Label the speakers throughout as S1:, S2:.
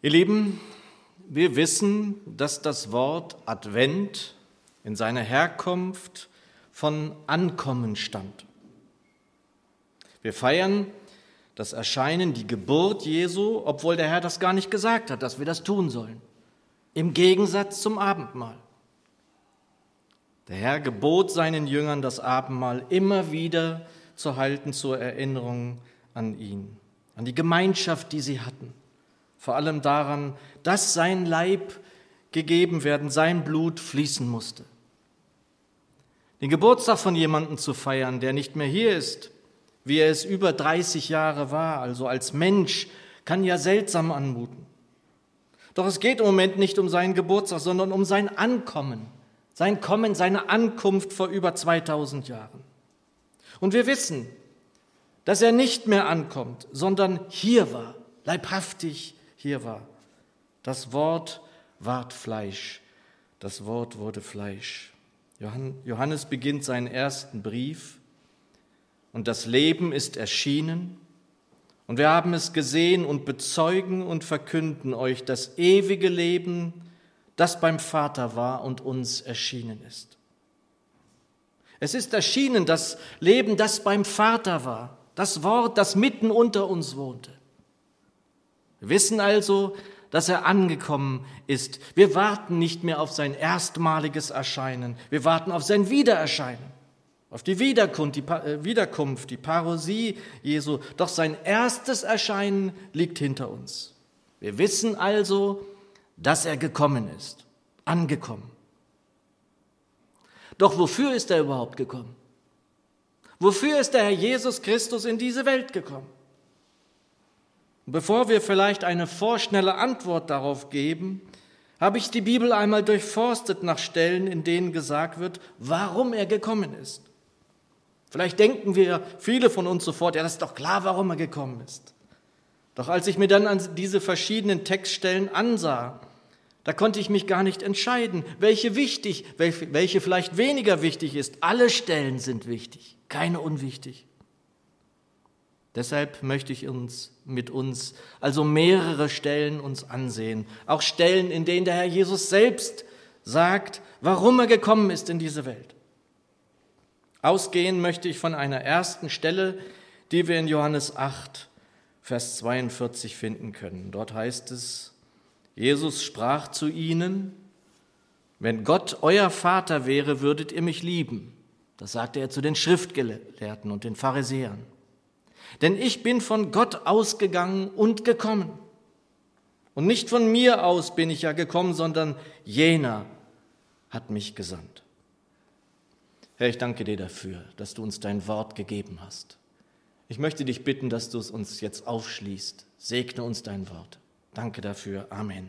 S1: Ihr Lieben, wir wissen, dass das Wort Advent in seiner Herkunft von Ankommen stammt. Wir feiern das Erscheinen, die Geburt Jesu, obwohl der Herr das gar nicht gesagt hat, dass wir das tun sollen. Im Gegensatz zum Abendmahl. Der Herr gebot seinen Jüngern, das Abendmahl immer wieder zu halten zur Erinnerung an ihn, an die Gemeinschaft, die sie hatten. Vor allem daran, dass sein Leib gegeben werden, sein Blut fließen musste. Den Geburtstag von jemandem zu feiern, der nicht mehr hier ist, wie er es über 30 Jahre war, also als Mensch, kann ja seltsam anmuten. Doch es geht im Moment nicht um seinen Geburtstag, sondern um sein Ankommen, sein Kommen, seine Ankunft vor über 2000 Jahren. Und wir wissen, dass er nicht mehr ankommt, sondern hier war, leibhaftig hier war. Das Wort ward Fleisch, das Wort wurde Fleisch. Johannes beginnt seinen ersten Brief und das Leben ist erschienen und wir haben es gesehen und bezeugen und verkünden euch das ewige Leben, das beim Vater war und uns erschienen ist. Es ist erschienen, das Leben, das beim Vater war, das Wort, das mitten unter uns wohnte. Wir wissen also, dass er angekommen ist. Wir warten nicht mehr auf sein erstmaliges Erscheinen. Wir warten auf sein Wiedererscheinen, auf die Wiederkunft, die Parousie Jesu. Doch sein erstes Erscheinen liegt hinter uns. Wir wissen also, dass er gekommen ist, angekommen. Doch wofür ist er überhaupt gekommen? Wofür ist der Herr Jesus Christus in diese Welt gekommen? Bevor wir vielleicht eine vorschnelle Antwort darauf geben, habe ich die Bibel einmal durchforstet nach Stellen, in denen gesagt wird, warum er gekommen ist. Vielleicht denken wir, viele von uns sofort, ja, das ist doch klar, warum er gekommen ist. Doch als ich mir dann an diese verschiedenen Textstellen ansah, da konnte ich mich gar nicht entscheiden, welche wichtig, welche vielleicht weniger wichtig ist. Alle Stellen sind wichtig, keine unwichtig. Deshalb möchte ich mit uns also mehrere Stellen uns ansehen. Auch Stellen, in denen der Herr Jesus selbst sagt, warum er gekommen ist in diese Welt. Ausgehen möchte ich von einer ersten Stelle, die wir in Johannes 8, Vers 42 finden können. Dort heißt es, Jesus sprach zu ihnen, wenn Gott euer Vater wäre, würdet ihr mich lieben. Das sagte er zu den Schriftgelehrten und den Pharisäern. Denn ich bin von Gott ausgegangen und gekommen. Und nicht von mir aus bin ich ja gekommen, sondern jener hat mich gesandt. Herr, ich danke dir dafür, dass du uns dein Wort gegeben hast. Ich möchte dich bitten, dass du es uns jetzt aufschließt. Segne uns dein Wort. Danke dafür. Amen.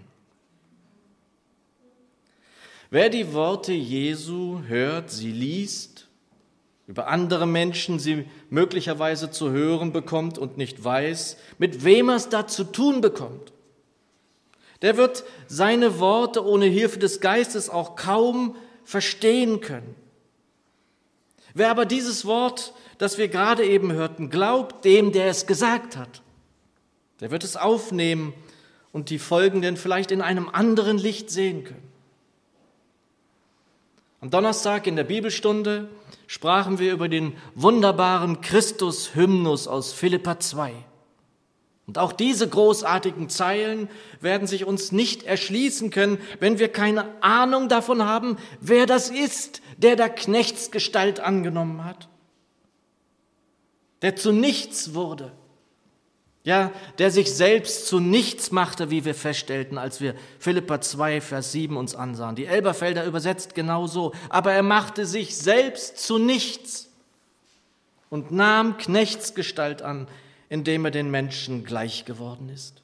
S1: Wer die Worte Jesu hört, sie liest, über andere Menschen sie möglicherweise zu hören bekommt und nicht weiß, mit wem er es da zu tun bekommt, der wird seine Worte ohne Hilfe des Geistes auch kaum verstehen können. Wer aber dieses Wort, das wir gerade eben hörten, glaubt dem, der es gesagt hat, der wird es aufnehmen und die Folgenden vielleicht in einem anderen Licht sehen können. Am Donnerstag in der Bibelstunde sprachen wir über den wunderbaren Christus-Hymnus aus Philipper 2. Und auch diese großartigen Zeilen werden sich uns nicht erschließen können, wenn wir keine Ahnung davon haben, wer das ist, der da Knechtsgestalt angenommen hat, der zu nichts wurde, ja, der sich selbst zu nichts machte, wie wir feststellten, als wir Philipper 2, Vers 7 uns ansahen. Die Elberfelder übersetzt genauso, aber er machte sich selbst zu nichts und nahm Knechtsgestalt an, indem er den Menschen gleich geworden ist.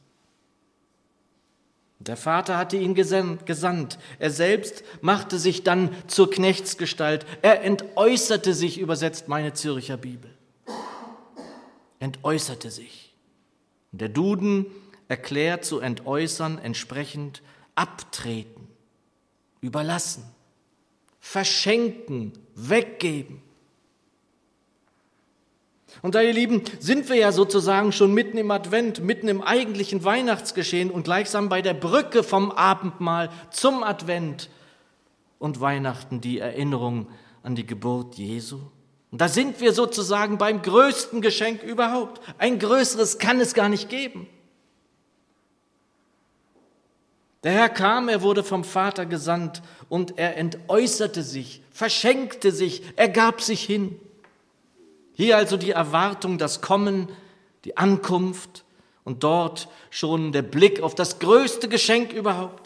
S1: Der Vater hatte ihn gesandt. Er selbst machte sich dann zur Knechtsgestalt. Er entäußerte sich, übersetzt meine Zürcher Bibel. Entäußerte sich. Der Duden erklärt zu entäußern entsprechend abtreten, überlassen, verschenken, weggeben. Und da, ihr Lieben, sind wir ja sozusagen schon mitten im Advent, mitten im eigentlichen Weihnachtsgeschehen und gleichsam bei der Brücke vom Abendmahl zum Advent und Weihnachten, die Erinnerung an die Geburt Jesu. Und da sind wir sozusagen beim größten Geschenk überhaupt. Ein größeres kann es gar nicht geben. Der Herr kam, er wurde vom Vater gesandt und er entäußerte sich, verschenkte sich, er gab sich hin. Hier also die Erwartung, das Kommen, die Ankunft und dort schon der Blick auf das größte Geschenk überhaupt.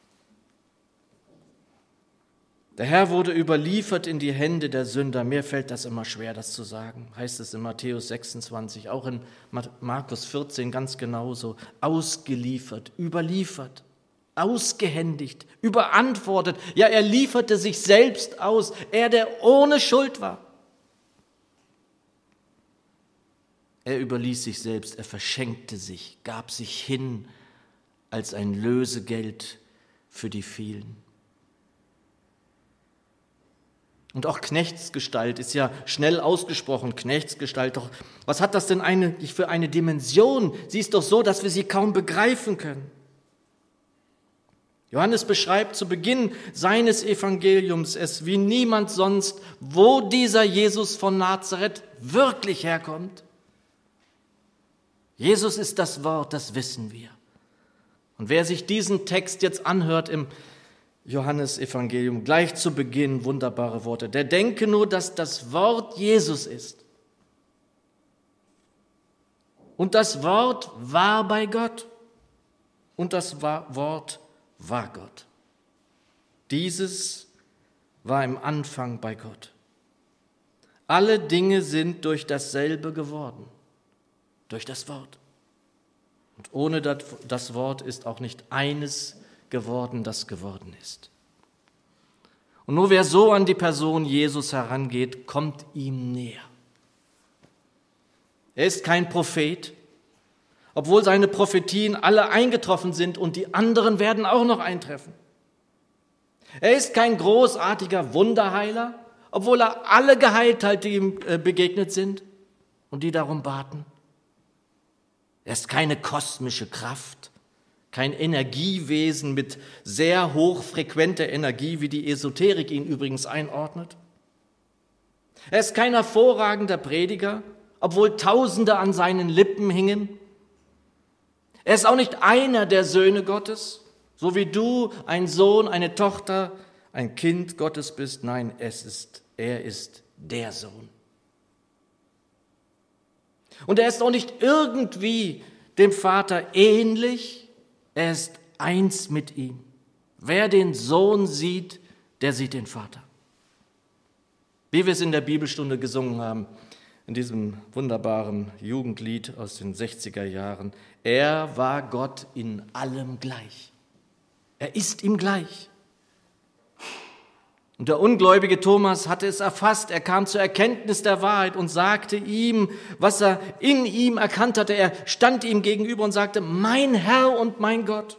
S1: Der Herr wurde überliefert in die Hände der Sünder. Mir fällt das immer schwer, das zu sagen. Heißt es in Matthäus 26, auch in Markus 14 ganz genauso. Ausgeliefert, überliefert, ausgehändigt, überantwortet. Ja, er lieferte sich selbst aus. Er, der ohne Schuld war. Er überließ sich selbst, er verschenkte sich, gab sich hin als ein Lösegeld für die vielen. Und auch Knechtsgestalt ist ja schnell ausgesprochen, Knechtsgestalt. Doch was hat das denn eigentlich für eine Dimension? Sie ist doch so, dass wir sie kaum begreifen können. Johannes beschreibt zu Beginn seines Evangeliums es wie niemand sonst, wo dieser Jesus von Nazareth wirklich herkommt. Jesus ist das Wort, das wissen wir. Und wer sich diesen Text jetzt anhört im Johannesevangelium, gleich zu Beginn wunderbare Worte, der denke nur, dass das Wort Jesus ist. Und das Wort war bei Gott. Und das Wort war Gott. Dieses war im Anfang bei Gott. Alle Dinge sind durch dasselbe geworden. Durch das Wort. Und ohne das Wort ist auch nicht eines geworden, das geworden ist. Und nur wer so an die Person Jesus herangeht, kommt ihm näher. Er ist kein Prophet, obwohl seine Prophetien alle eingetroffen sind und die anderen werden auch noch eintreffen. Er ist kein großartiger Wunderheiler, obwohl er alle geheilt hat, die ihm begegnet sind und die darum baten. Er ist keine kosmische Kraft, kein Energiewesen mit sehr hochfrequenter Energie, wie die Esoterik ihn übrigens einordnet. Er ist kein hervorragender Prediger, obwohl Tausende an seinen Lippen hingen. Er ist auch nicht einer der Söhne Gottes, so wie du ein Sohn, eine Tochter, ein Kind Gottes bist. Nein, er ist der Sohn. Und er ist auch nicht irgendwie dem Vater ähnlich, er ist eins mit ihm. Wer den Sohn sieht, der sieht den Vater. Wie wir es in der Bibelstunde gesungen haben, in diesem wunderbaren Jugendlied aus den 60er Jahren. Er war Gott in allem gleich. Er ist ihm gleich. Und der ungläubige Thomas hatte es erfasst. Er kam zur Erkenntnis der Wahrheit und sagte ihm, was er in ihm erkannt hatte. Er stand ihm gegenüber und sagte, mein Herr und mein Gott.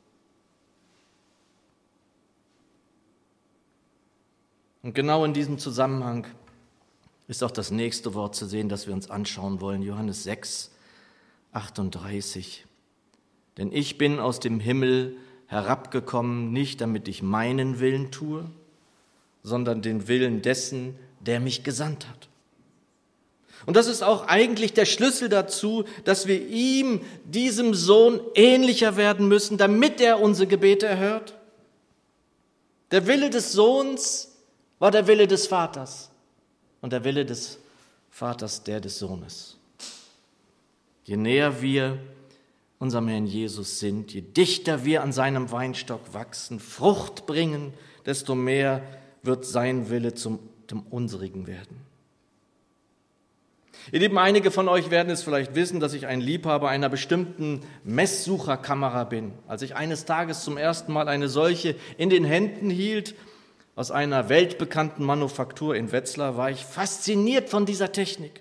S1: Und genau in diesem Zusammenhang ist auch das nächste Wort zu sehen, das wir uns anschauen wollen. Johannes 6, 38. Denn ich bin aus dem Himmel herabgekommen, nicht damit ich meinen Willen tue, sondern den Willen dessen, der mich gesandt hat. Und das ist auch eigentlich der Schlüssel dazu, dass wir ihm, diesem Sohn, ähnlicher werden müssen, damit er unsere Gebete erhört. Der Wille des Sohns war der Wille des Vaters und der Wille des Vaters der des Sohnes. Je näher wir unserem Herrn Jesus sind, je dichter wir an seinem Weinstock wachsen, Frucht bringen, desto mehr wird sein Wille zum unsrigen werden. Ihr Lieben, einige von euch werden es vielleicht wissen, dass ich ein Liebhaber einer bestimmten Messsucherkamera bin. Als ich eines Tages zum ersten Mal eine solche in den Händen hielt, aus einer weltbekannten Manufaktur in Wetzlar, war ich fasziniert von dieser Technik,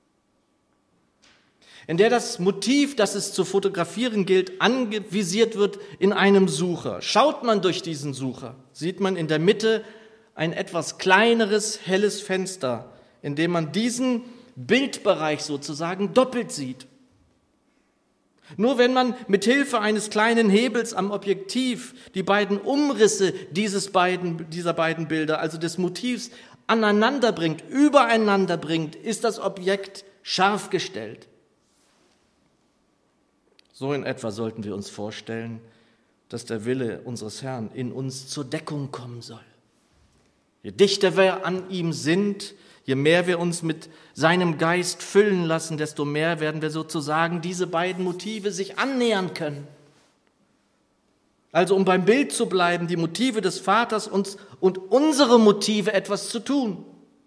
S1: in der das Motiv, das es zu fotografieren gilt, anvisiert wird in einem Sucher. Schaut man durch diesen Sucher, sieht man in der Mitte ein etwas kleineres, helles Fenster, in dem man diesen Bildbereich sozusagen doppelt sieht. Nur wenn man mit Hilfe eines kleinen Hebels am Objektiv die beiden Umrisse dieser beiden Bilder, also des Motivs, aneinander bringt, übereinander bringt, ist das Objekt scharf gestellt. So in etwa sollten wir uns vorstellen, dass der Wille unseres Herrn in uns zur Deckung kommen soll. Je dichter wir an ihm sind, je mehr wir uns mit seinem Geist füllen lassen, desto mehr werden wir sozusagen diese beiden Motive sich annähern können. Also um beim Bild zu bleiben, die Motive des Vaters und unsere Motive etwas zu tun.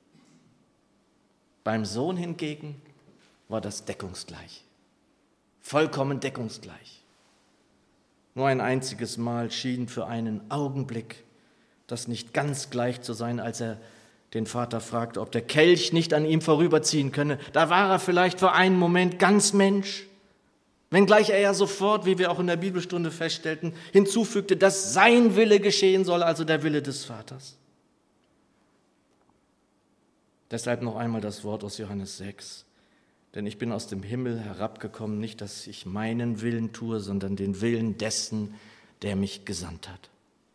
S1: Beim Sohn hingegen war das deckungsgleich, vollkommen deckungsgleich. Nur ein einziges Mal schien für einen Augenblick das nicht ganz gleich zu sein, als er den Vater fragte, ob der Kelch nicht an ihm vorüberziehen könne. Da war er vielleicht für einen Moment ganz Mensch, wenngleich er ja sofort, wie wir auch in der Bibelstunde feststellten, hinzufügte, dass sein Wille geschehen soll, also der Wille des Vaters. Deshalb noch einmal das Wort aus Johannes 6. Denn ich bin aus dem Himmel herabgekommen, nicht, dass ich meinen Willen tue, sondern den Willen dessen, der mich gesandt hat.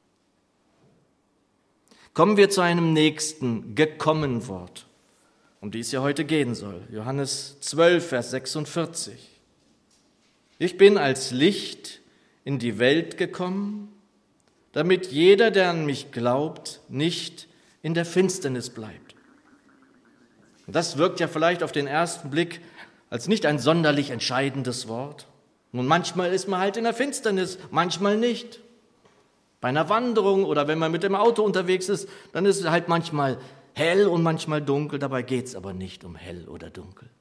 S1: Kommen wir zu einem nächsten Gekommen-Wort, um die es ja heute gehen soll. Johannes 12, Vers 46. Ich bin als Licht in die Welt gekommen, damit jeder, der an mich glaubt, nicht in der Finsternis bleibt. Und das wirkt ja vielleicht auf den ersten Blick als nicht ein sonderlich entscheidendes Wort. Nun, manchmal ist man halt in der Finsternis, manchmal nicht. Bei einer Wanderung oder wenn man mit dem Auto unterwegs ist, dann ist es halt manchmal hell und manchmal dunkel. Dabei geht es aber nicht um hell oder dunkel.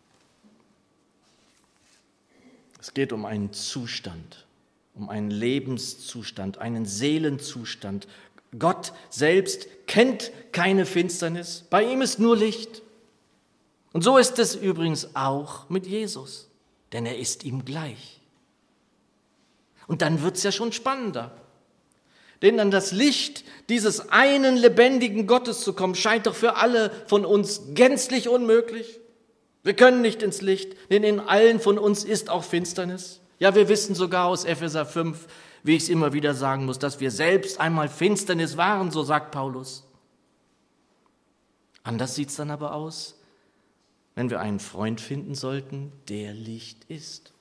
S1: Es geht um einen Zustand, um einen Lebenszustand, einen Seelenzustand. Gott selbst kennt keine Finsternis, bei ihm ist nur Licht. Und so ist es übrigens auch mit Jesus, denn er ist ihm gleich. Und dann wird es ja schon spannender. Denn an das Licht dieses einen lebendigen Gottes zu kommen, scheint doch für alle von uns gänzlich unmöglich. Wir können nicht ins Licht, denn in allen von uns ist auch Finsternis. Ja, wir wissen sogar aus Epheser 5, wie ich es immer wieder sagen muss, dass wir selbst einmal Finsternis waren, so sagt Paulus. Anders sieht es dann aber aus, wenn wir einen Freund finden sollten, der Licht ist.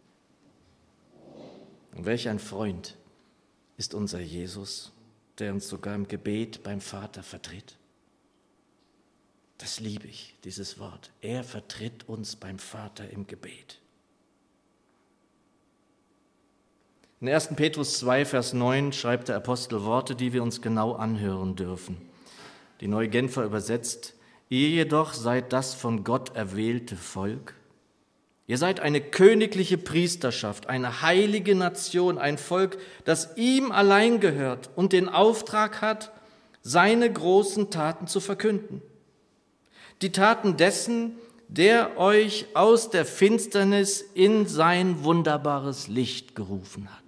S1: Und welch ein Freund ist unser Jesus, der uns sogar im Gebet beim Vater vertritt. Das liebe ich, dieses Wort. Er vertritt uns beim Vater im Gebet. In 1. Petrus 2, Vers 9 schreibt der Apostel Worte, die wir uns genau anhören dürfen. Die Neue Genfer übersetzt: Ihr jedoch seid das von Gott erwählte Volk. Ihr seid eine königliche Priesterschaft, eine heilige Nation, ein Volk, das ihm allein gehört und den Auftrag hat, seine großen Taten zu verkünden. Die Taten dessen, der euch aus der Finsternis in sein wunderbares Licht gerufen hat.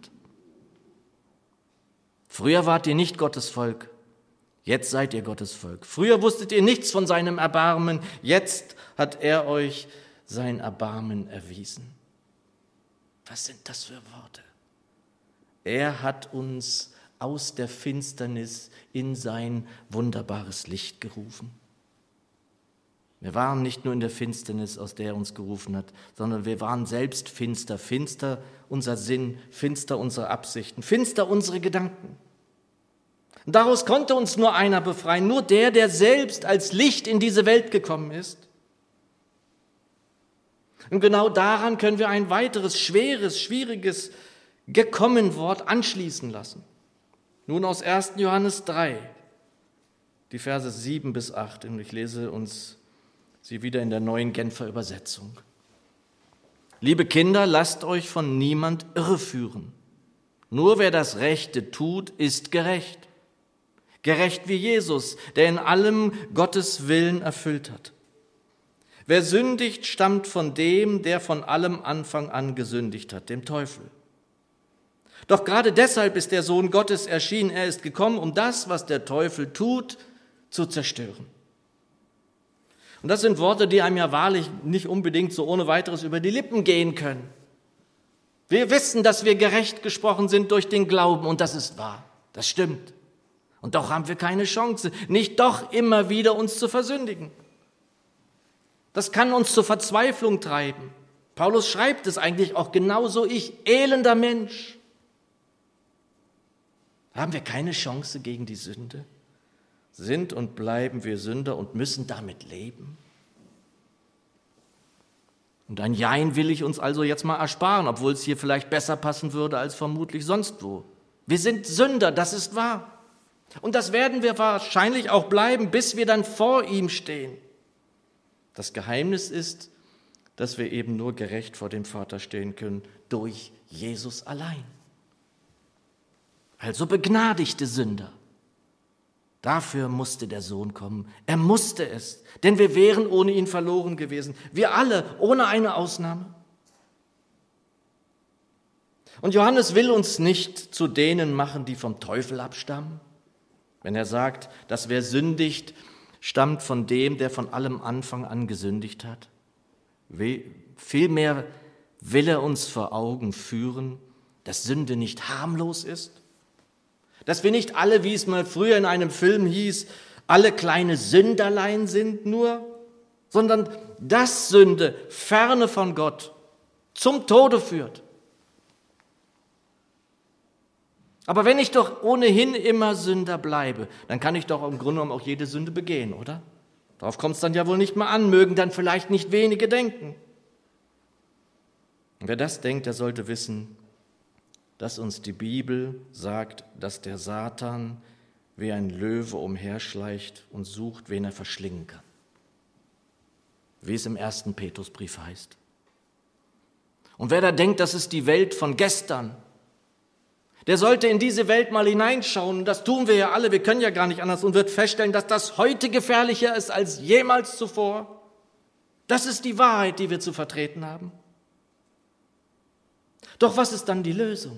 S1: Früher wart ihr nicht Gottes Volk, jetzt seid ihr Gottes Volk. Früher wusstet ihr nichts von seinem Erbarmen, jetzt hat er euch sein Erbarmen erwiesen. Was sind das für Worte? Er hat uns aus der Finsternis in sein wunderbares Licht gerufen. Wir waren nicht nur in der Finsternis, aus der er uns gerufen hat, sondern wir waren selbst finster. Finster unser Sinn, finster unsere Absichten, finster unsere Gedanken. Und daraus konnte uns nur einer befreien, nur der selbst als Licht in diese Welt gekommen ist. Und genau daran können wir ein weiteres schwieriges Gekommen-Wort anschließen lassen. Nun aus 1. Johannes 3, die Verse 7 bis 8. Und ich lese uns sie wieder in der Neuen Genfer Übersetzung. Liebe Kinder, lasst euch von niemand irreführen. Nur wer das Rechte tut, ist gerecht. Gerecht wie Jesus, der in allem Gottes Willen erfüllt hat. Wer sündigt, stammt von dem, der von allem Anfang an gesündigt hat, dem Teufel. Doch gerade deshalb ist der Sohn Gottes erschienen. Er ist gekommen, um das, was der Teufel tut, zu zerstören. Und das sind Worte, die einem ja wahrlich nicht unbedingt so ohne weiteres über die Lippen gehen können. Wir wissen, dass wir gerecht gesprochen sind durch den Glauben und das ist wahr, das stimmt. Und doch haben wir keine Chance, nicht doch immer wieder uns zu versündigen. Das kann uns zur Verzweiflung treiben. Paulus schreibt es eigentlich auch genauso, ich, elender Mensch. Haben wir keine Chance gegen die Sünde? Sind und bleiben wir Sünder und müssen damit leben? Und ein Jein will ich uns also jetzt mal ersparen, obwohl es hier vielleicht besser passen würde als vermutlich sonst wo. Wir sind Sünder, das ist wahr. Und das werden wir wahrscheinlich auch bleiben, bis wir dann vor ihm stehen. Das Geheimnis ist, dass wir eben nur gerecht vor dem Vater stehen können durch Jesus allein. Also begnadigte Sünder. Dafür musste der Sohn kommen. Er musste es, denn wir wären ohne ihn verloren gewesen. Wir alle, ohne eine Ausnahme. Und Johannes will uns nicht zu denen machen, die vom Teufel abstammen. Wenn er sagt, dass wer sündigt, stammt von dem, der von allem Anfang an gesündigt hat. Vielmehr will er uns vor Augen führen, dass Sünde nicht harmlos ist. Dass wir nicht alle, wie es mal früher in einem Film hieß, alle kleine Sünderlein sind nur, sondern dass Sünde ferne von Gott zum Tode führt. Aber wenn ich doch ohnehin immer Sünder bleibe, dann kann ich doch im Grunde genommen auch jede Sünde begehen, oder? Darauf kommt es dann ja wohl nicht mehr an, mögen dann vielleicht nicht wenige denken. Und wer das denkt, der sollte wissen, dass uns die Bibel sagt, dass der Satan wie ein Löwe umherschleicht und sucht, wen er verschlingen kann. Wie es im 1. Petrusbrief heißt. Und wer da denkt, das ist die Welt von gestern, der sollte in diese Welt mal hineinschauen. Das tun wir ja alle, wir können ja gar nicht anders und wird feststellen, dass das heute gefährlicher ist als jemals zuvor. Das ist die Wahrheit, die wir zu vertreten haben. Doch was ist dann die Lösung?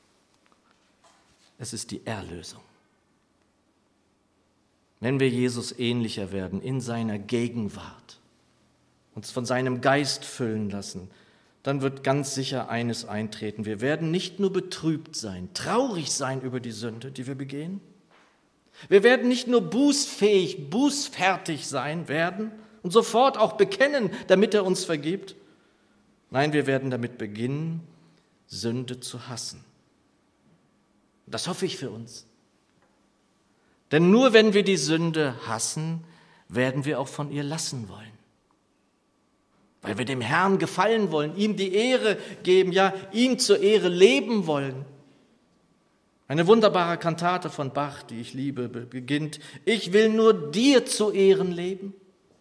S1: Es ist die Erlösung. Wenn wir Jesus ähnlicher werden in seiner Gegenwart, uns von seinem Geist füllen lassen, dann wird ganz sicher eines eintreten. Wir werden nicht nur betrübt sein, traurig sein über die Sünde, die wir begehen. Wir werden nicht nur bußfähig, bußfertig sein werden und sofort auch bekennen, damit er uns vergibt. Nein, wir werden damit beginnen, Sünde zu hassen. Das hoffe ich für uns. Denn nur wenn wir die Sünde hassen, werden wir auch von ihr lassen wollen. Weil wir dem Herrn gefallen wollen, ihm die Ehre geben, ja, ihm zur Ehre leben wollen. Eine wunderbare Kantate von Bach, die ich liebe, beginnt: Ich will nur dir zu Ehren leben.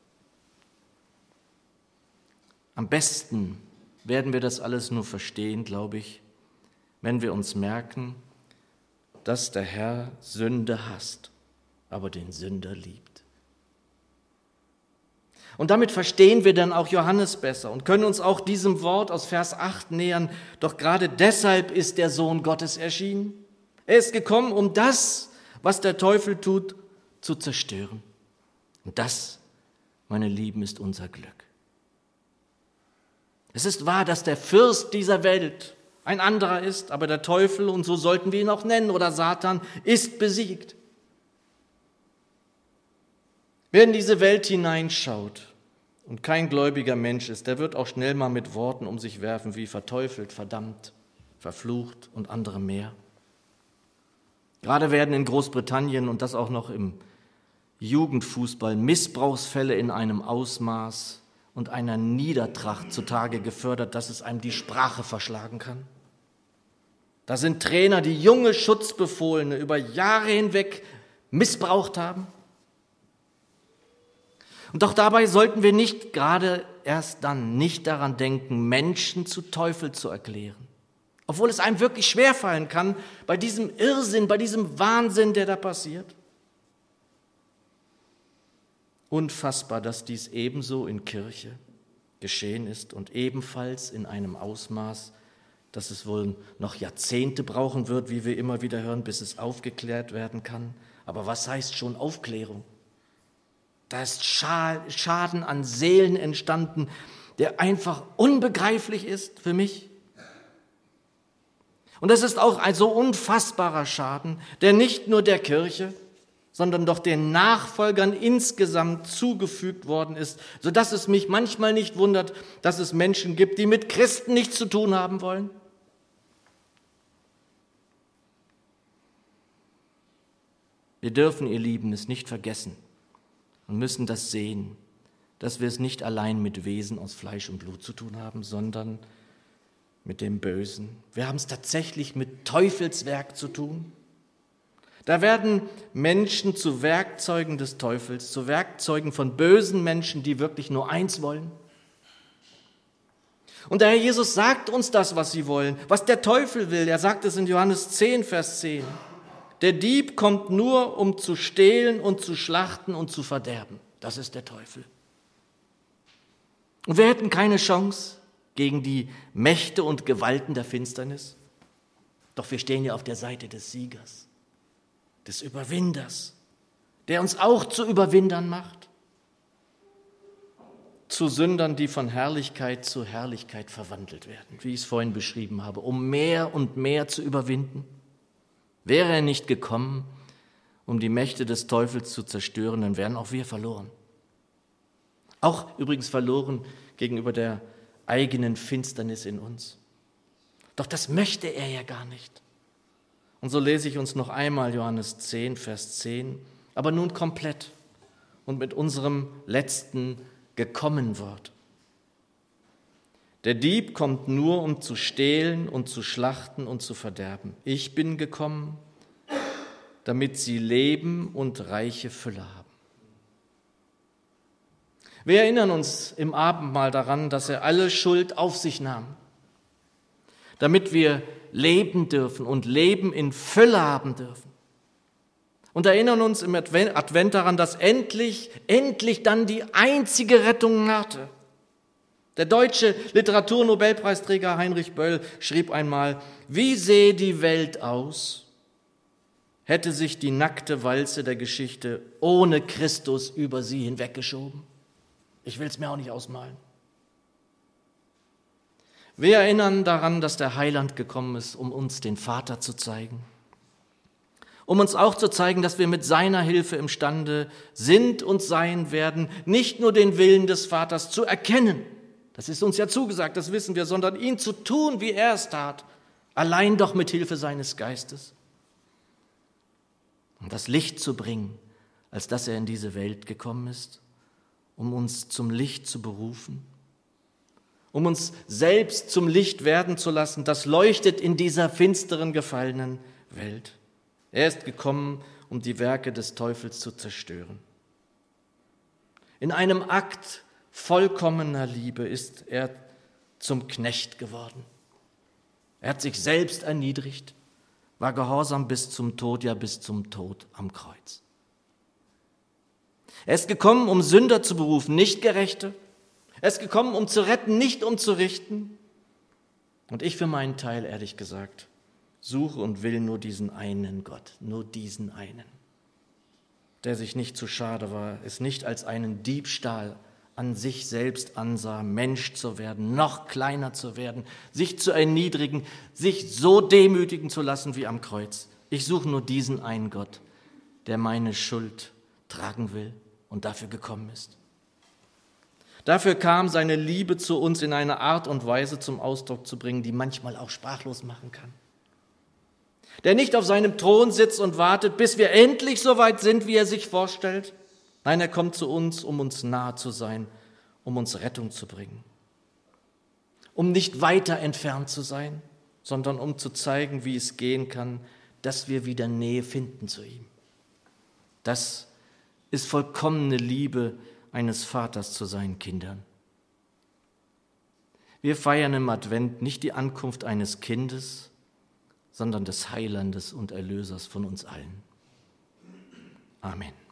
S1: Am besten werden wir das alles nur verstehen, glaube ich, wenn wir uns merken, dass der Herr Sünde hasst, aber den Sünder liebt. Und damit verstehen wir dann auch Johannes besser und können uns auch diesem Wort aus Vers 8 nähern. Doch gerade deshalb ist der Sohn Gottes erschienen. Er ist gekommen, um das, was der Teufel tut, zu zerstören. Und das, meine Lieben, ist unser Glück. Es ist wahr, dass der Fürst dieser Welt ein anderer ist, aber der Teufel, und so sollten wir ihn auch nennen, oder Satan, ist besiegt. Wer in diese Welt hineinschaut und kein gläubiger Mensch ist, der wird auch schnell mal mit Worten um sich werfen wie verteufelt, verdammt, verflucht und andere mehr. Gerade werden in Großbritannien und das auch noch im Jugendfußball Missbrauchsfälle in einem Ausmaß und einer Niedertracht zutage gefördert, dass es einem die Sprache verschlagen kann. Da sind Trainer, die junge Schutzbefohlene über Jahre hinweg missbraucht haben. Und doch dabei sollten wir nicht gerade erst dann nicht daran denken, Menschen zu Teufel zu erklären. Obwohl es einem wirklich schwerfallen kann bei diesem Irrsinn, bei diesem Wahnsinn, der da passiert. Unfassbar, dass dies ebenso in Kirche geschehen ist und ebenfalls in einem Ausmaß, dass es wohl noch Jahrzehnte brauchen wird, wie wir immer wieder hören, bis es aufgeklärt werden kann. Aber was heißt schon Aufklärung? Da ist Schaden an Seelen entstanden, der einfach unbegreiflich ist für mich. Und das ist auch ein so unfassbarer Schaden, der nicht nur der Kirche, sondern doch den Nachfolgern insgesamt zugefügt worden ist, sodass es mich manchmal nicht wundert, dass es Menschen gibt, die mit Christen nichts zu tun haben wollen. Wir dürfen, ihr Lieben, es nicht vergessen und müssen das sehen, dass wir es nicht allein mit Wesen aus Fleisch und Blut zu tun haben, sondern mit dem Bösen. Wir haben es tatsächlich mit Teufelswerk zu tun. Da werden Menschen zu Werkzeugen des Teufels, zu Werkzeugen von bösen Menschen, die wirklich nur eins wollen. Und der Herr Jesus sagt uns das, was sie wollen, was der Teufel will. Er sagt es in Johannes 10, Vers 10. Der Dieb kommt nur, um zu stehlen und zu schlachten und zu verderben. Das ist der Teufel. Und wir hätten keine Chance gegen die Mächte und Gewalten der Finsternis. Doch wir stehen ja auf der Seite des Siegers, des Überwinders, der uns auch zu Überwindern macht. Zu Sündern, die von Herrlichkeit zu Herrlichkeit verwandelt werden, wie ich es vorhin beschrieben habe, um mehr und mehr zu überwinden. Wäre er nicht gekommen, um die Mächte des Teufels zu zerstören, dann wären auch wir verloren. Auch übrigens verloren gegenüber der eigenen Finsternis in uns. Doch das möchte er ja gar nicht. Und so lese ich uns noch einmal Johannes 10, Vers 10, aber nun komplett und mit unserem letzten Gekommen-Wort. Der Dieb kommt nur, um zu stehlen und zu schlachten und zu verderben. Ich bin gekommen, damit sie Leben und reiche Fülle haben. Wir erinnern uns im Abendmahl daran, dass er alle Schuld auf sich nahm, damit wir leben dürfen und Leben in Fülle haben dürfen. Und erinnern uns im Advent daran, dass endlich dann die einzige Rettung nahte. Der deutsche Literaturnobelpreisträger Heinrich Böll schrieb einmal: Wie sähe die Welt aus, hätte sich die nackte Walze der Geschichte ohne Christus über sie hinweggeschoben? Ich will es mir auch nicht ausmalen. Wir erinnern daran, dass der Heiland gekommen ist, um uns den Vater zu zeigen, um uns auch zu zeigen, dass wir mit seiner Hilfe imstande sind und sein werden, nicht nur den Willen des Vaters zu erkennen, das ist uns ja zugesagt, das wissen wir, sondern ihn zu tun, wie er es tat, allein doch mit Hilfe seines Geistes. Und das Licht zu bringen, als dass er in diese Welt gekommen ist, um uns zum Licht zu berufen, um uns selbst zum Licht werden zu lassen, das leuchtet in dieser finsteren, gefallenen Welt. Er ist gekommen, um die Werke des Teufels zu zerstören. In einem Akt vollkommener Liebe ist er zum Knecht geworden. Er hat sich selbst erniedrigt, war gehorsam bis zum Tod, ja bis zum Tod am Kreuz. Er ist gekommen, um Sünder zu berufen, nicht Gerechte. Er ist gekommen, um zu retten, nicht um zu richten. Und ich für meinen Teil, ehrlich gesagt, suche und will nur diesen einen Gott, nur diesen einen, der sich nicht zu schade war, es nicht als einen Diebstahl an sich selbst ansah, Mensch zu werden, noch kleiner zu werden, sich zu erniedrigen, sich so demütigen zu lassen wie am Kreuz. Ich suche nur diesen einen Gott, der meine Schuld tragen will und dafür gekommen ist. Dafür kam seine Liebe zu uns in einer Art und Weise zum Ausdruck zu bringen, die manchmal auch sprachlos machen kann. Der nicht auf seinem Thron sitzt und wartet, bis wir endlich so weit sind, wie er sich vorstellt. Nein, er kommt zu uns, um uns nahe zu sein, um uns Rettung zu bringen. Um nicht weiter entfernt zu sein, sondern um zu zeigen, wie es gehen kann, dass wir wieder Nähe finden zu ihm. Das ist vollkommene Liebe eines Vaters zu seinen Kindern. Wir feiern im Advent nicht die Ankunft eines Kindes, sondern des Heilandes und Erlösers von uns allen. Amen.